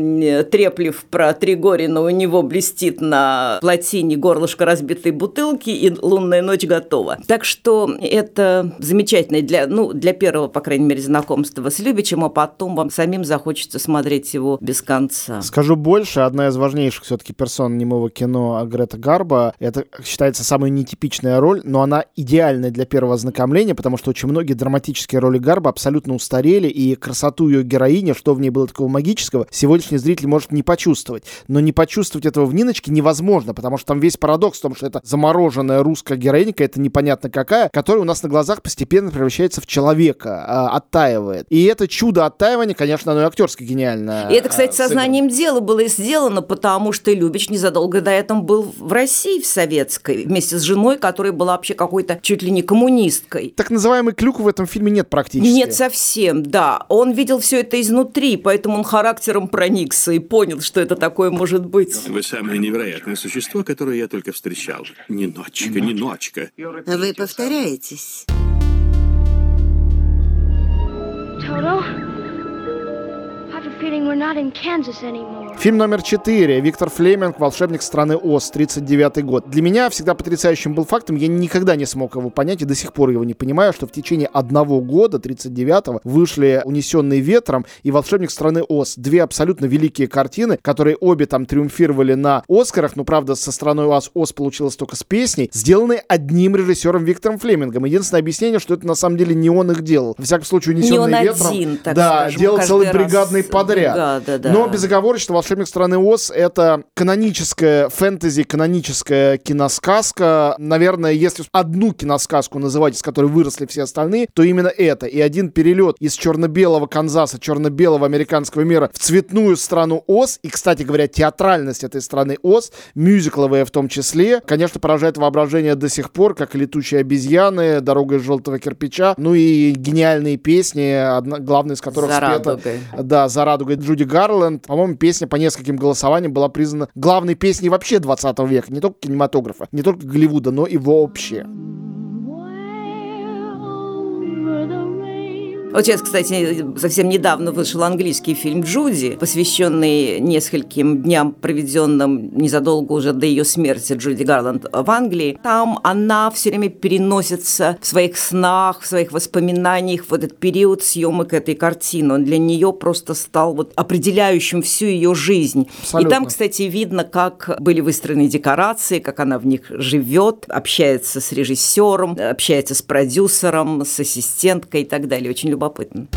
Треплев про Тригорина: у него блестит на плотине горлышко разбитой бутылки, и лунная ночь готова. Так что это замечательно для первого, по крайней мере, знакомства с Любичем, а потом вам самим захочется смотреть его без конца. Скажу больше, одна из важнейших все-таки персон немого кино Грета Гарбо. Это считается самая нетипичная роль, но она идеальная для первого ознакомления, потому что очень многие драматические роли Гарбо абсолютно устарели, и красоту ее героини, что в ней было такого магического, сегодняшний зритель может не почувствовать. Но не почувствовать этого в Ниночке невозможно, потому что там весь парадокс в том, что это замороженная русская героинька, это непонятно какая, которая у нас на глазах постепенно превращается в человека, оттаивает. И это чудо оттаивания, конечно, оно и актерски гениально. И это, кстати, сознанием дела было сделано, потому что Любич незадолго до этого был в России, в советской, вместе с женой, которая была вообще какой-то чуть ли не коммунисткой. Так называемый клюк в этом фильме нет практически. Нет совсем, да. Он видел все это изнутри, поэтому он характером проникся и понял, что это такое может быть. Вы самое невероятное существо, которое я только встречал. Ниночка, Ниночка. Вы повторяетесь. Toto, I have a feeling we're not in Kansas anymore. Фильм номер 4. Виктор Флеминг «Волшебник страны Оз», 1939 год. Для меня всегда потрясающим был фактом, я никогда не смог его понять и до сих пор его не понимаю, что в течение одного года, 1939-го, вышли «Унесенные ветром» и «Волшебник страны Оз». Две абсолютно великие картины, которые обе там триумфировали на Оскарах, но, правда, со страной Оз получилось только с песней, сделаны одним режиссером Виктором Флемингом. Единственное объяснение, что это на самом деле не он их делал. Во всяком случае, «Унесенные ветром» один, так да, скажем, делал целый раз бригадный подряд. Да. Но безоговорочно «Волшебник страны Оз» — это каноническая фэнтези, каноническая киносказка. Наверное, если одну киносказку называть, из которой выросли все остальные, то именно это. И один перелет из черно-белого Канзаса, черно-белого американского мира в цветную страну Оз, и, кстати говоря, театральность этой страны Оз, мюзикловая в том числе, конечно, поражает воображение до сих пор, как «Летучие обезьяны», «Дорога из желтого кирпича», ну и гениальные песни, главная из которых спета... Да, «За радугой» Джуди Гарленд. По-моему, песня по нескольким голосованиям была признана главной песней вообще 20 века. Не только кинематографа, не только Голливуда, но и вообще. Вот сейчас, кстати, совсем недавно вышел английский фильм «Джуди», посвященный нескольким дням, проведенным незадолго уже до ее смерти, Джуди Гарленд, в Англии. Там она все время переносится в своих снах, в своих воспоминаниях в этот период съемок этой картины. Он для нее просто стал вот определяющим всю ее жизнь. Абсолютно. И там, кстати, видно, как были выстроены декорации, как она в них живет, общается с режиссером, общается с продюсером, с ассистенткой и так далее. Очень любопытно.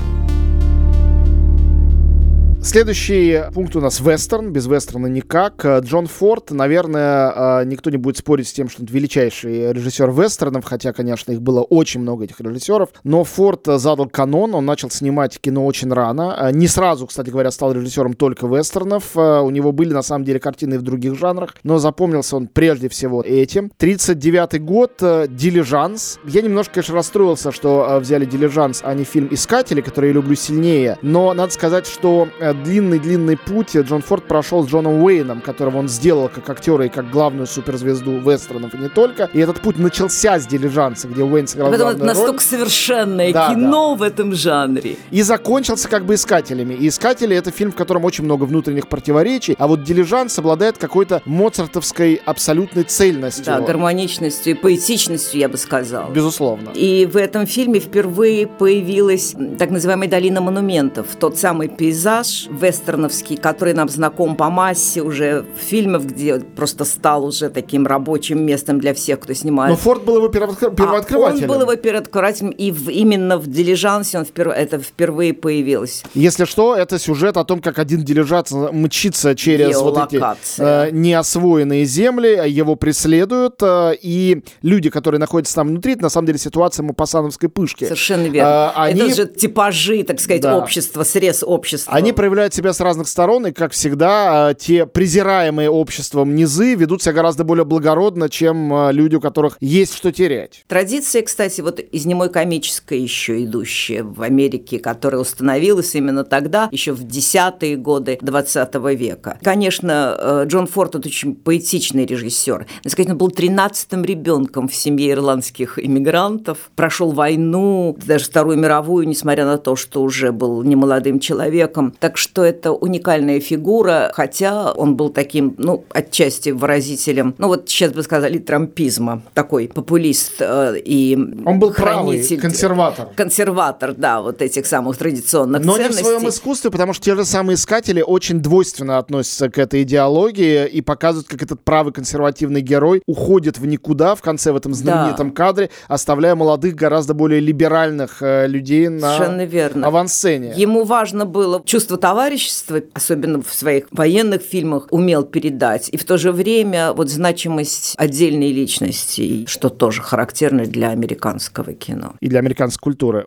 Следующий пункт у нас вестерн, без вестерна никак. Джон Форд, наверное, никто не будет спорить с тем, что он величайший режиссер вестернов, хотя, конечно, их было очень много, этих режиссеров. Но Форд задал канон, он начал снимать кино очень рано. Не сразу, кстати говоря, стал режиссером только вестернов. У него были, на самом деле, картины и в других жанрах, но запомнился он прежде всего этим. 1939 год, «Дилижанс». Я немножко, конечно, расстроился, что взяли «Дилижанс», а не фильм «Искатели», который я люблю сильнее. Но надо сказать, что длинный путь Джон Форд прошел с Джоном Уэйном, которого он сделал как актера и как главную суперзвезду вестернов и не только. И этот путь начался с «Дилижанса», где Уэйн сыграл главную роль. Настолько совершенное кино в этом жанре. И закончился как бы «Искателями». И «Искатели» — это фильм, в котором очень много внутренних противоречий, а вот «Дилижанс» обладает какой-то моцартовской абсолютной цельностью. Да, гармоничностью и поэтичностью, я бы сказала. Безусловно. И в этом фильме впервые появилась так называемая «Долина монументов», тот самый пейзаж вестерновский, который нам знаком по массе уже фильмов, где просто стал уже таким рабочим местом для всех, кто снимает. Но Форд был его первооткрывателем. Он был его первооткрывателем, и именно в «Дилижансе» это впервые появилось. Если что, это сюжет о том, как один дилижанс мчится через вот эти неосвоенные земли, его преследуют, и люди, которые находятся там внутри, это на самом деле ситуация мопассановской пышки. Совершенно верно. Это же типажи, так сказать, общества, срез общества. Они проявляют себя с разных сторон, и, как всегда, те презираемые обществом низы ведут себя гораздо более благородно, чем люди, у которых есть что терять. Традиция, кстати, вот из немой комической еще идущая в Америке, которая установилась именно тогда, еще в 10-е годы 20 века. Конечно, Джон Форд – это очень поэтичный режиссер. Надо сказать, он был 13-м ребенком в семье ирландских иммигрантов, прошел войну, даже Вторую мировую, несмотря на то, что уже был немолодым человеком. Так что это уникальная фигура, хотя он был таким, отчасти выразителем, вот сейчас бы сказали, трампизма, такой популист и он был правый, консерватор. Консерватор, да, вот этих самых традиционных ценностей. Но не в своем искусстве, потому что те же самые «Искатели» очень двойственно относятся к этой идеологии и показывают, как этот правый консервативный герой уходит в никуда в конце в этом знаменитом кадре, оставляя молодых, гораздо более либеральных людей на авансцене. Ему важно было чувство товарищества, особенно в своих военных фильмах, умел передать. И в то же время вот значимость отдельной личности, что тоже характерно для американского кино. И для американской культуры.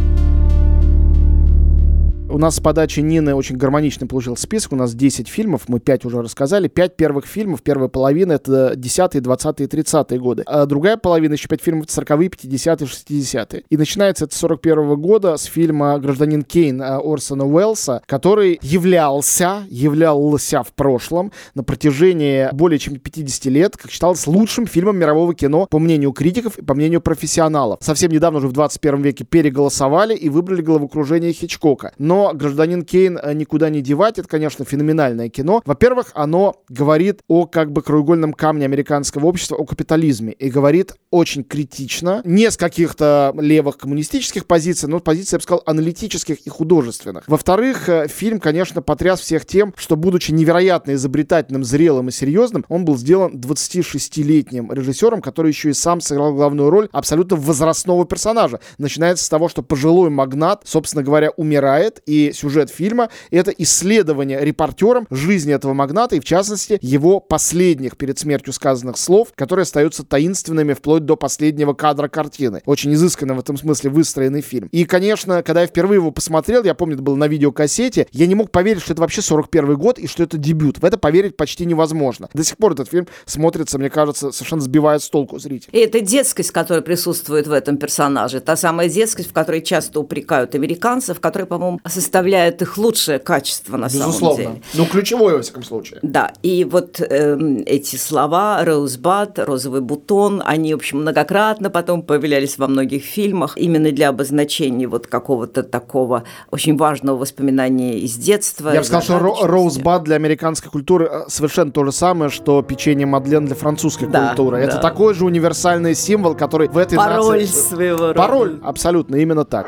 У нас с подачи Нины очень гармонично получился список. У нас 10 фильмов, мы 5 уже рассказали. 5 первых фильмов, первая половина — это 10-е, 20-е, 30-е годы. А другая половина, еще 5 фильмов, это 40-е, 50-е, 60-е. И начинается это с 41-го года с фильма «Гражданин Кейн» Орсона Уэллса, который являлся в прошлом на протяжении более чем 50 лет, как считалось, лучшим фильмом мирового кино, по мнению критиков и по мнению профессионалов. Совсем недавно, уже в 21 веке, переголосовали и выбрали головокружение Хичкока. Но Но «Гражданин Кейн» никуда не девать. Это, конечно, феноменальное кино. Во-первых, оно говорит о как бы краеугольном камне американского общества, о капитализме. И говорит очень критично, не с каких-то левых коммунистических позиций, но с позиций, я бы сказал, аналитических и художественных. Во-вторых, фильм, конечно, потряс всех тем, что, будучи невероятно изобретательным, зрелым и серьезным, он был сделан 26-летним режиссером, который еще и сам сыграл главную роль абсолютно возрастного персонажа. Начинается с того, что пожилой магнат, собственно говоря, умирает, и сюжет фильма — это исследование репортером жизни этого магната, и в частности его последних перед смертью сказанных слов, которые остаются таинственными вплоть до последнего кадра картины. Очень изысканно в этом смысле выстроенный фильм. И, конечно, когда я впервые его посмотрел, я помню, это было на видеокассете, я не мог поверить, что это вообще 41 год и что это дебют. В это поверить почти невозможно. До сих пор этот фильм смотрится, мне кажется, совершенно сбивает с толку зрителей. И это детскость, которая присутствует в этом персонаже. Та самая детскость, в которой часто упрекают американцев, которая, по-моему, составляет их лучшее качество на самом деле. Безусловно. Ну, ключевое, во всяком случае. Да, и вот эти слова «Роузбад», «Розовый бутон», они, в общем, многократно потом появлялись во многих фильмах именно для обозначения вот какого-то такого очень важного воспоминания из детства. Я бы сказал, что «Роузбад» для американской культуры совершенно то же самое, что печенье Мадлен для французской культуры. Это такой же универсальный символ, который в этой пароль нации... своего рода. Пароль, абсолютно, именно так.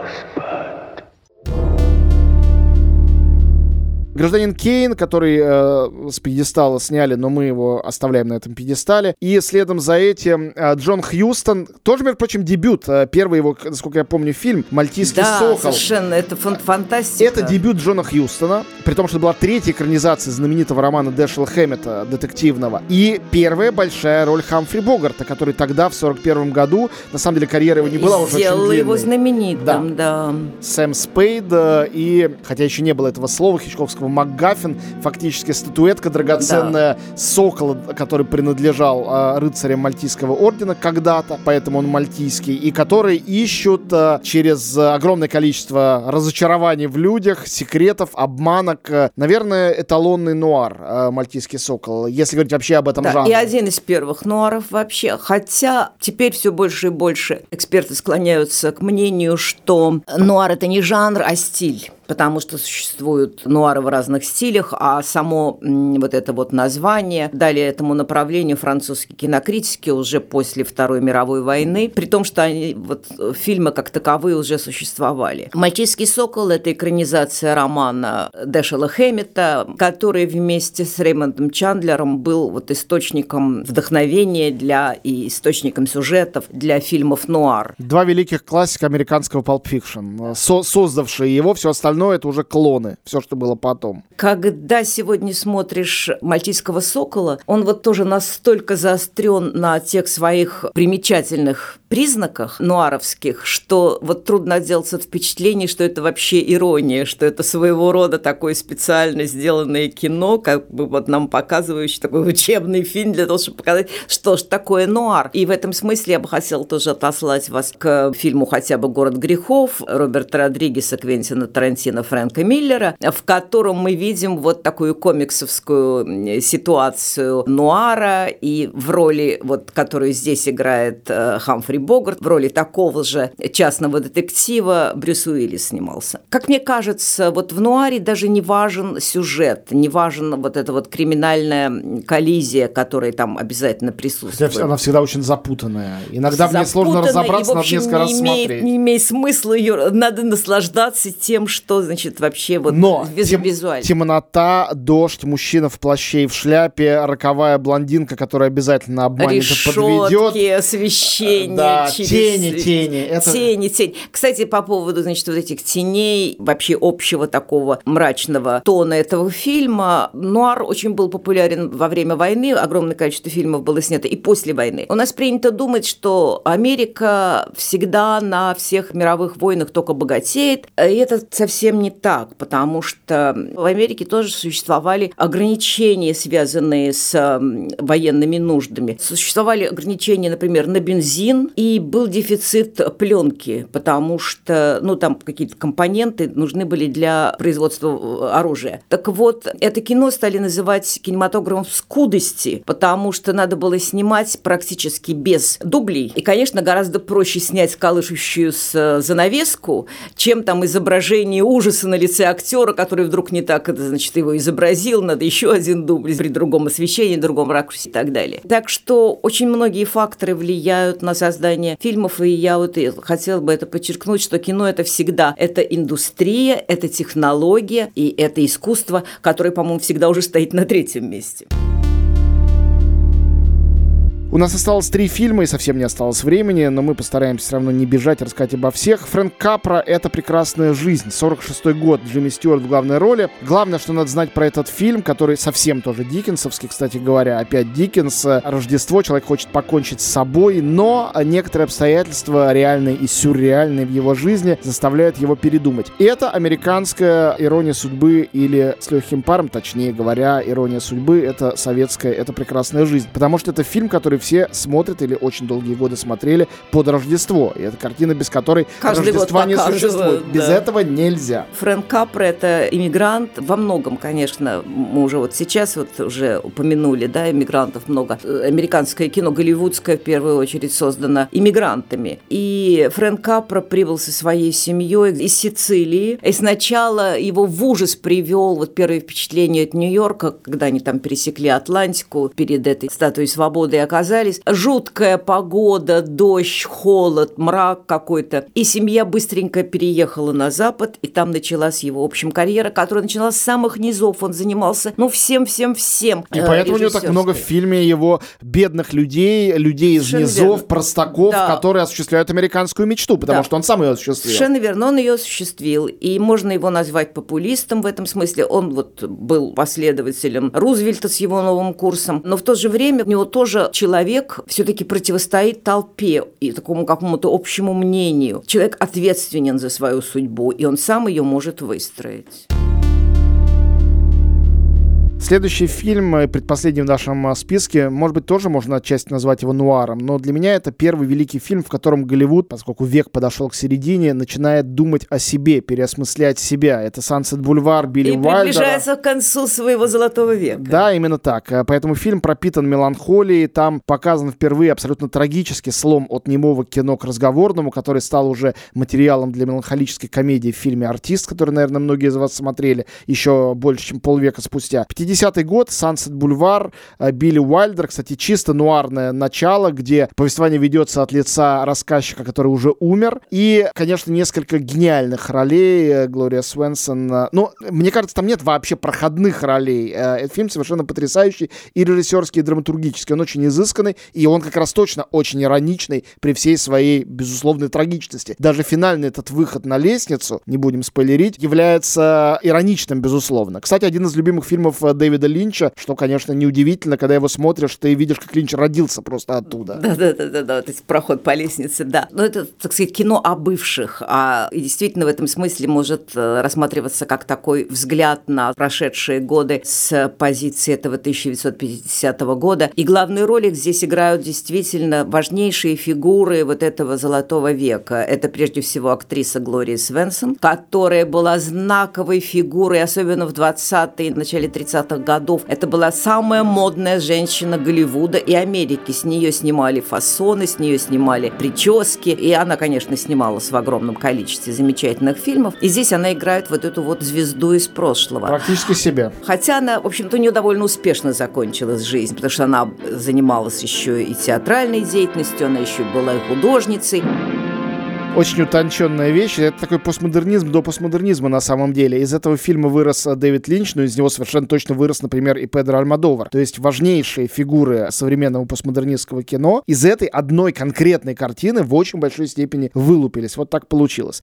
«Гражданин Кейн», который с пьедестала сняли, но мы его оставляем на этом пьедестале. И следом за этим Джон Хьюстон, тоже, между прочим, дебют. Первый его, насколько я помню, фильм «Мальтийский сокол». Да, совершенно, это фантастика. Это дебют Джона Хьюстона, при том, что это была третья экранизация знаменитого романа Дэшела Хэммета, детективного. И первая большая роль Хамфри Богарта, который тогда, в 1941 году, на самом деле карьера его не была уже очень длинной. Сделала его знаменитым, да. Сэм Спейд, и, хотя еще не было этого слова хичкоковского, МакГаффин, фактически статуэтка драгоценная сокола, который принадлежал рыцарям Мальтийского ордена когда-то, поэтому он мальтийский, и которые ищут через огромное количество разочарований в людях, секретов, обманок, наверное, эталонный нуар «Мальтийский сокол», если говорить вообще об этом жанре. И один из первых нуаров вообще, хотя теперь все больше и больше эксперты склоняются к мнению, что нуар – это не жанр, а стиль. Потому что существуют нуары в разных стилях, а само вот это вот название дали этому направлению французские кинокритики уже после Второй мировой войны, при том, что они, вот, фильмы как таковые уже существовали. «Мальтийский сокол» – это экранизация романа Дэшела Хэммета, который вместе с Реймондом Чандлером был вот источником вдохновения и источником сюжетов для фильмов нуар. Два великих классика американского Pulp Fiction, создавшие его, все остальное это уже клоны, все, что было потом. Когда сегодня смотришь «Мальтийского сокола», он вот тоже настолько заострен на тех своих примечательных признаках нуаровских, что вот трудно отделаться от впечатления, что это вообще ирония, что это своего рода такое специально сделанное кино, как бы вот нам показывающий такой учебный фильм для того, чтобы показать, что ж такое нуар. И в этом смысле я бы хотела тоже отослать вас к фильму хотя бы «Город грехов» Роберта Родригеса, Квентина Тарантино, Фрэнка Миллера, в котором мы видим вот такую комиксовскую ситуацию нуара, и в роли, вот, которую здесь играет Хамфри Богарт, в роли такого же частного детектива Брюс Уиллис снимался. Как мне кажется, вот в нуаре даже не важен сюжет, не важен вот эта вот криминальная коллизия, которая там обязательно присутствует. Она всегда очень запутанная. Иногда в ней сложно разобраться, надо несколько раз смотреть. Не имеет смысла ее, надо наслаждаться тем, что, значит, вообще вот визуально. Темнота, дождь, мужчина в плаще и в шляпе, роковая блондинка, которая обязательно обманет и подведет. Решетки, освещение. Да, тени. Тени. Кстати, по поводу, значит, вот этих теней, вообще общего такого мрачного тона этого фильма, нуар очень был популярен во время войны, огромное количество фильмов было снято и после войны. У нас принято думать, что Америка всегда на всех мировых войнах только богатеет, и это совсем не так, потому что в Америке тоже существовали ограничения, связанные с военными нуждами. Существовали ограничения, например, на бензин и был дефицит пленки, потому что, там какие-то компоненты нужны были для производства оружия. Так вот, это кино стали называть кинематографом скудости, потому что надо было снимать практически без дублей. И, конечно, гораздо проще снять колышущуюся занавеску, чем там изображение ужаса на лице актера, который вдруг не так, его изобразил, надо еще один дубль при другом освещении, другом ракурсе и так далее. Так что очень многие факторы влияют на создание фильмов, и я хотела бы это подчеркнуть, что кино – это всегда это индустрия, это технология и это искусство, которое, по-моему, всегда уже стоит на третьем месте. У нас осталось 3 фильма, и совсем не осталось времени, но мы постараемся все равно не бежать, рассказать обо всех. Фрэнк Капра «Это прекрасная жизнь», 46-й год, Джимми Стюарт в главной роли. Главное, что надо знать про этот фильм, который совсем тоже диккенсовский, кстати говоря, опять Диккенс. Рождество, человек хочет покончить с собой, но некоторые обстоятельства, реальные и сюрреальные в его жизни, заставляют его передумать. Это американская ирония судьбы, или с легким паром, точнее говоря, ирония судьбы, это советская «Это прекрасная жизнь». Потому что это фильм, который все смотрят или очень долгие годы смотрели под Рождество. И это картина, без которой каждый Рождества не существует. Да. Без этого нельзя. Фрэнк Капра – это иммигрант. Во многом, конечно, мы уже сейчас уже упомянули, иммигрантов много. Американское кино, голливудское, в первую очередь, создано иммигрантами. И Фрэнк Капра прибыл со своей семьей из Сицилии. И сначала его в ужас привел первое впечатление от Нью-Йорка, когда они там пересекли Атлантику перед этой статуей свободы и оказались. Жуткая погода, дождь, холод, мрак какой-то. И семья быстренько переехала на Запад, и там началась его, в общем, карьера, которая началась с самых низов. Он занимался, всем. И поэтому у него так много в фильме его бедных людей из совершенно низов, верно. простаков, Да. которые осуществляют американскую мечту, потому что он сам ее осуществил. Совершенно верно, он ее осуществил. И можно его назвать популистом в этом смысле. Он был последователем Рузвельта с его новым курсом. Но в то же время у него тоже человек все-таки противостоит толпе и такому какому-то общему мнению. Человек ответственен за свою судьбу, и он сам ее может выстроить. Следующий фильм, предпоследний в нашем списке, может быть, тоже можно отчасти назвать его нуаром, но для меня это первый великий фильм, в котором Голливуд, поскольку век подошел к середине, начинает думать о себе, переосмыслять себя. Это «Сансет Бульвар» Билли Уайлдера. И приближается к концу своего золотого века. Да, именно так. Поэтому фильм пропитан меланхолией. Там показан впервые абсолютно трагический слом от немого кино к разговорному, который стал уже материалом для меланхолической комедии в фильме «Артист», который, наверное, многие из вас смотрели еще больше, чем полвека спустя. 50-й год, «Сансет Бульвар», Билли Уайлдер, кстати, чисто нуарное начало, где повествование ведется от лица рассказчика, который уже умер, и, конечно, несколько гениальных ролей. Глория Свенсон. Но, мне кажется, там нет вообще проходных ролей. Этот фильм совершенно потрясающий и режиссерский, и драматургический. Он очень изысканный, и он как раз точно очень ироничный при всей своей, безусловной трагичности. Даже финальный этот выход на лестницу, не будем спойлерить, является ироничным, безусловно. Кстати, один из любимых фильмов Дэвида Линча, что, конечно, неудивительно, когда его смотришь, ты видишь, как Линч родился просто оттуда. Да, то есть проход по лестнице, да. Но это, так сказать, кино о бывших, и действительно в этом смысле может рассматриваться как такой взгляд на прошедшие годы с позиции этого 1950 года. И главную роль здесь играют действительно важнейшие фигуры этого золотого века. Это прежде всего актриса Глория Свенсон, которая была знаковой фигурой, особенно в 20-е, начале 30-х годов. Это была самая модная женщина Голливуда и Америки. С нее снимали фасоны, с нее снимали прически. И она, конечно, снималась в огромном количестве замечательных фильмов. И здесь она играет эту звезду из прошлого. Практически себя. Хотя она, в общем-то, у нее довольно успешно закончилась жизнь, потому что она занималась еще и театральной деятельностью, она еще была и художницей. Очень утонченная вещь. Это такой постмодернизм до постмодернизма на самом деле. Из этого фильма вырос Дэвид Линч, но из него совершенно точно вырос, например, и Педро Альмодовар. То есть важнейшие фигуры современного постмодернистского кино из этой одной конкретной картины в очень большой степени вылупились. Вот так получилось.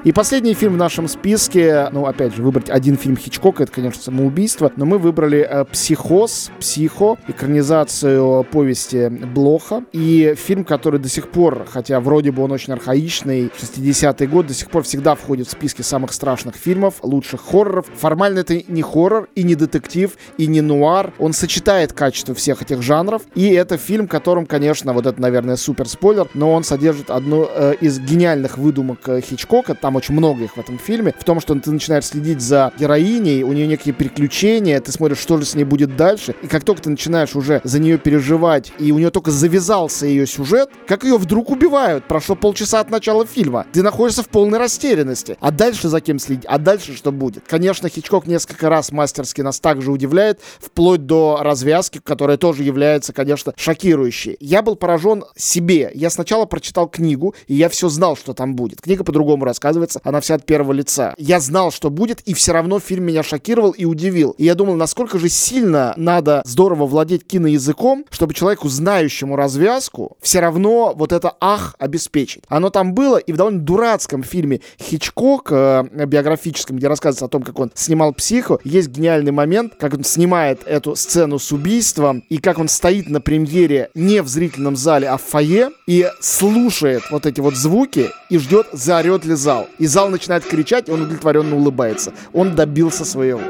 И последний фильм в нашем списке, опять же, выбрать один фильм Хичкока, это, конечно, самоубийство, но мы выбрали «Психо», экранизацию повести Блоха, и фильм, который до сих пор, хотя вроде бы он очень архаичный, 60-й год, до сих пор всегда входит в списки самых страшных фильмов, лучших хорроров. Формально это не хоррор, и не детектив, и не нуар. Он сочетает качество всех этих жанров, и это фильм, которым, конечно, вот это, наверное, супер спойлер, но он содержит одну из гениальных выдумок Хичкока, там очень много их в этом фильме, в том, что ты начинаешь следить за героиней, у нее некие приключения, ты смотришь, что же с ней будет дальше, и как только ты начинаешь уже за нее переживать, и у нее только завязался ее сюжет, как ее вдруг убивают, прошло полчаса от начала фильма, ты находишься в полной растерянности, а дальше за кем следить, а дальше что будет? Конечно, Хичкок несколько раз мастерски нас также удивляет, вплоть до развязки, которая тоже является, конечно, шокирующей. Я был поражен себе, я сначала прочитал книгу, и я все знал, что там будет. Книга по-другому рассказывается, она вся от первого лица. Я знал, что будет, и все равно фильм меня шокировал и удивил. И я думал, насколько же сильно надо здорово владеть киноязыком, чтобы человеку, знающему развязку, все равно вот это «ах» обеспечить. Оно там было, и в довольно дурацком фильме Хичкок, биографическом, где рассказывается о том, как он снимал «Психо», есть гениальный момент, как он снимает эту сцену с убийством, и как он стоит на премьере не в зрительном зале, а в фойе, и слушает вот эти вот звуки, и ждет, заорет ли зал. И зал начинает кричать, и он удовлетворенно улыбается. Он добился своего.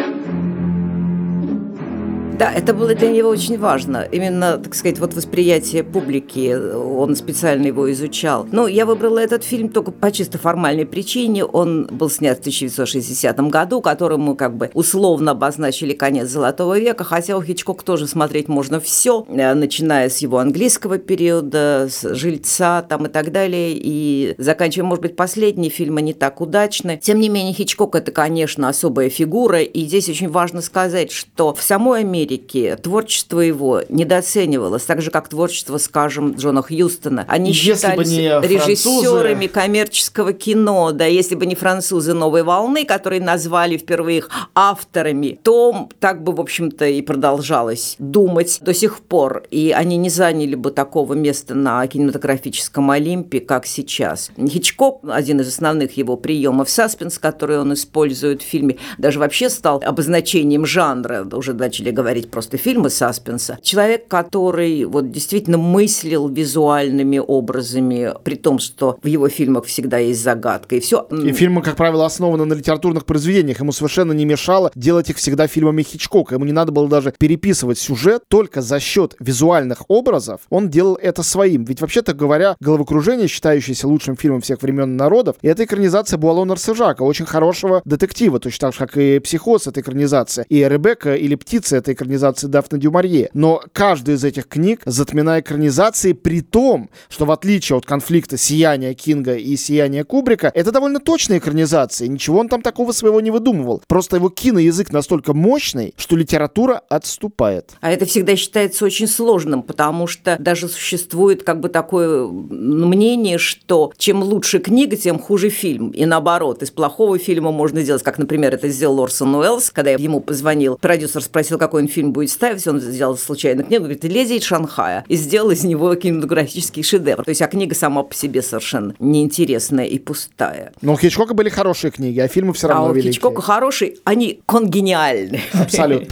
Да, это было для него очень важно. Именно, так сказать, вот восприятие публики, он специально его изучал. Но я выбрала этот фильм только по чисто формальной причине. Он был снят в 1960 году, которому как бы условно обозначили конец Золотого века, хотя у Хичкока тоже смотреть можно все, начиная с его английского периода, с «Жильца» там и так далее, и заканчивая, может быть, последние фильмы не так удачны. Тем не менее, Хичкок – это, конечно, особая фигура, и здесь очень важно сказать, что в самой Америке творчество его недооценивалось, так же, как творчество, скажем, Джона Хьюстона. Они считались режиссерами коммерческого кино, да, если бы не французы «Новой волны», которые назвали впервые их авторами, то так бы, в общем-то, и продолжалось думать до сих пор, и они не заняли бы такого места на кинематографическом Олимпе, как сейчас. Хичкок, один из основных его приемов саспенс, который он использует в фильме, даже вообще стал обозначением жанра, уже начали говорить просто фильмы саспенса. Человек, который вот действительно мыслил визуальными образами, при том, что в его фильмах всегда есть загадка, и все. И фильмы, как правило, основаны на литературных произведениях. Ему совершенно не мешало делать их всегда фильмами Хичкока. Ему не надо было даже переписывать сюжет, только за счет визуальных образов он делал это своим. Ведь, вообще-то говоря, «Головокружение», считающееся лучшим фильмом всех времен и народов, это экранизация Буало Нарсежака, очень хорошего детектива, точно так же, как и «Психоз» — это экранизация, и «Ребекка» или «Птица» — это экранизации Дафны Дюмарье. Но каждую из этих книг затмена экранизации, при том, что в отличие от конфликта «Сияния» Кинга и «Сияния» Кубрика, это довольно точные экранизации. Ничего он там такого своего не выдумывал. Просто его киноязык настолько мощный, что литература отступает. А это всегда считается очень сложным, потому что даже существует как бы такое мнение, что чем лучше книга, тем хуже фильм. И наоборот, из плохого фильма можно сделать, как, например, это сделал Орсон Уэллс, когда ему позвонил продюсер, спросил, какой он фильм будет ставить, он сделал случайно книгу, говорит, «Леди из Шанхая», и сделал из него кинематографический шедевр. То есть, а книга сама по себе совершенно неинтересная и пустая. Но у Хичкока были хорошие книги, а фильмы все равно великие. А у Хичкока хорошие, они конгениальны. Абсолютно.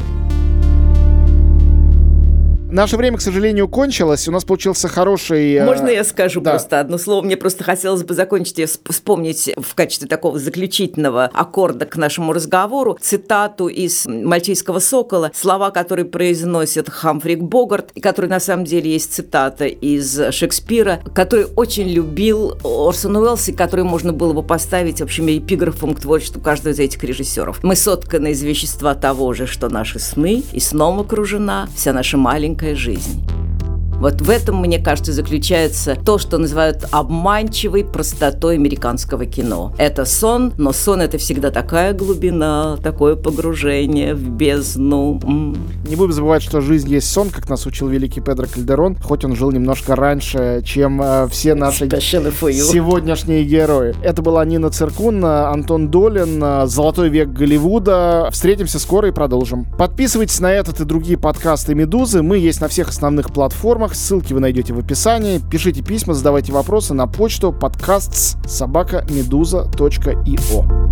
Наше время, к сожалению, кончилось. У нас получился хороший... Можно я скажу просто одно слово? Мне просто хотелось бы закончить и вспомнить в качестве такого заключительного аккорда к нашему разговору цитату из «Мальтийского сокола», слова, которые произносит Хамфри Богарт, и которые на самом деле есть цитата из Шекспира, который очень любил Орсон Уэллс, и который можно было бы поставить, в общем, эпиграфом к творчеству каждого из этих режиссеров. «Мы сотканы из вещества того же, что наши сны, и сном окружена вся наша маленькая жизнь». Вот в этом, мне кажется, заключается то, что называют обманчивой простотой американского кино. Это сон, но сон – это всегда такая глубина, такое погружение в бездну. Не будем забывать, что жизнь есть сон, как нас учил великий Педро Кальдерон, хоть он жил немножко раньше, чем все наши сегодняшние герои. Это была Нина Циркун, Антон Долин, «Золотой век Голливуда». Встретимся скоро и продолжим. Подписывайтесь на этот и другие подкасты «Медузы». Мы есть на всех основных платформах. платформах. Ссылки вы найдете в описании. Пишите письма, задавайте вопросы на почту podcasts@meduza.io.